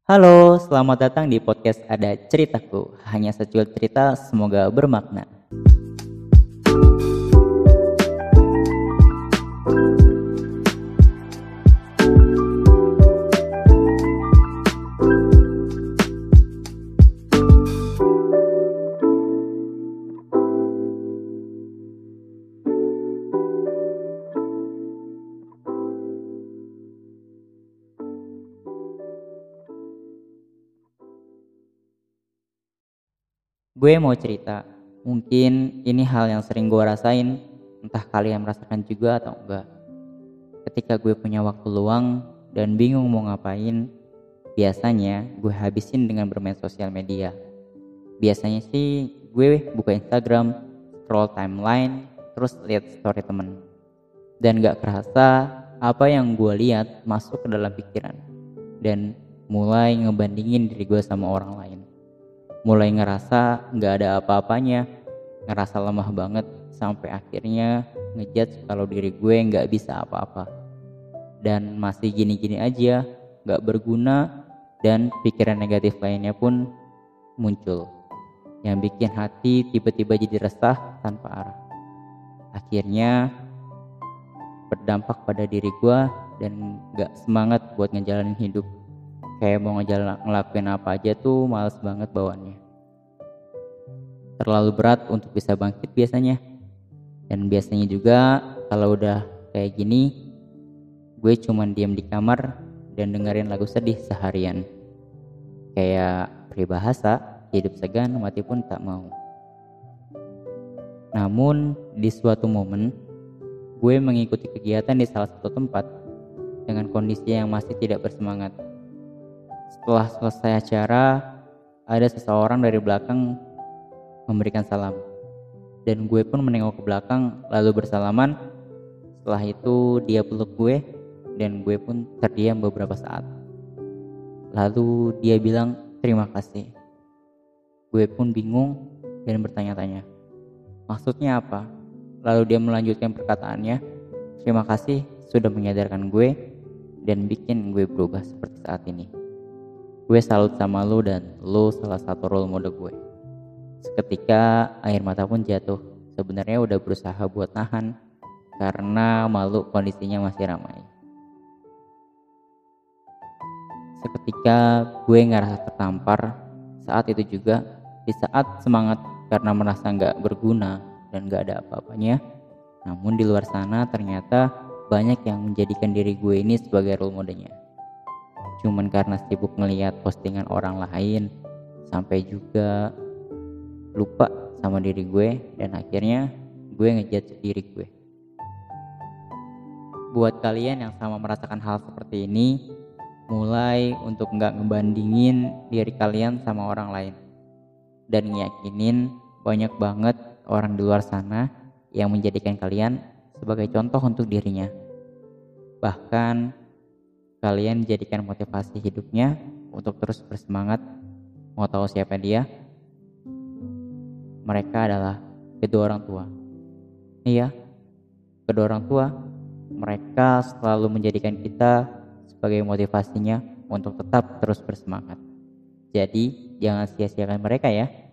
Halo, selamat datang di podcast Ada Ceritaku. Hanya secuil cerita, semoga bermakna. Gue mau cerita, mungkin ini hal yang sering gue rasain, entah kalian merasakan juga atau enggak. Ketika gue punya waktu luang dan bingung mau ngapain, biasanya gue habisin dengan bermain sosial media. Biasanya sih gue buka Instagram, scroll timeline, terus lihat story temen. Dan gak kerasa apa yang gue lihat masuk ke dalam pikiran. Dan mulai ngebandingin diri gue sama orang lain. Mulai ngerasa gak ada apa-apanya, ngerasa lemah banget, sampai akhirnya ngejudge kalau diri gue gak bisa apa-apa. Dan masih gini-gini aja, gak berguna, dan pikiran negatif lainnya pun muncul. Yang bikin hati tiba-tiba jadi resah tanpa arah. Akhirnya berdampak pada diri gue dan gak semangat buat ngejalanin hidup. Kayak mau ngelakuin apa aja tuh males banget bawaannya. Terlalu berat untuk bisa bangkit biasanya. Dan biasanya juga kalau udah kayak gini, gue cuman diam di kamar dan dengerin lagu sedih seharian. Kayak peribahasa, hidup segan mati pun tak mau. Namun di suatu momen, gue mengikuti kegiatan di salah satu tempat dengan kondisi yang masih tidak bersemangat. Setelah selesai acara, ada seseorang dari belakang memberikan salam. Dan gue pun menengok ke belakang lalu bersalaman. Setelah itu dia peluk gue dan gue pun terdiam beberapa saat. Lalu dia bilang terima kasih. Gue pun bingung dan bertanya-tanya, maksudnya apa? Lalu dia melanjutkan perkataannya, terima kasih sudah menyadarkan gue dan bikin gue berubah seperti saat ini. Gue salut sama lu dan lu salah satu role model gue. Seketika air mata pun jatuh. Sebenarnya udah berusaha buat nahan karena malu kondisinya masih ramai. Seketika gue ngerasa tertampar. Saat itu juga di saat semangat karena merasa gak berguna dan gak ada apa-apanya. Namun di luar sana ternyata banyak yang menjadikan diri gue ini sebagai role modelnya. Cuman karena sibuk ngelihat postingan orang lain, sampai juga lupa sama diri gue dan akhirnya gue ngejudge diri gue. Buat kalian yang sama merasakan hal seperti ini, mulai untuk gak ngebandingin diri kalian sama orang lain. Dan ngiyakinin banyak banget orang di luar sana yang menjadikan kalian sebagai contoh untuk dirinya. Bahkan kalian jadikan motivasi hidupnya untuk terus bersemangat. Mau tahu siapa dia? Mereka adalah kedua orang tua. Iya, kedua orang tua. Mereka selalu menjadikan kita sebagai motivasinya untuk tetap terus bersemangat. Jadi jangan sia-siakan mereka ya.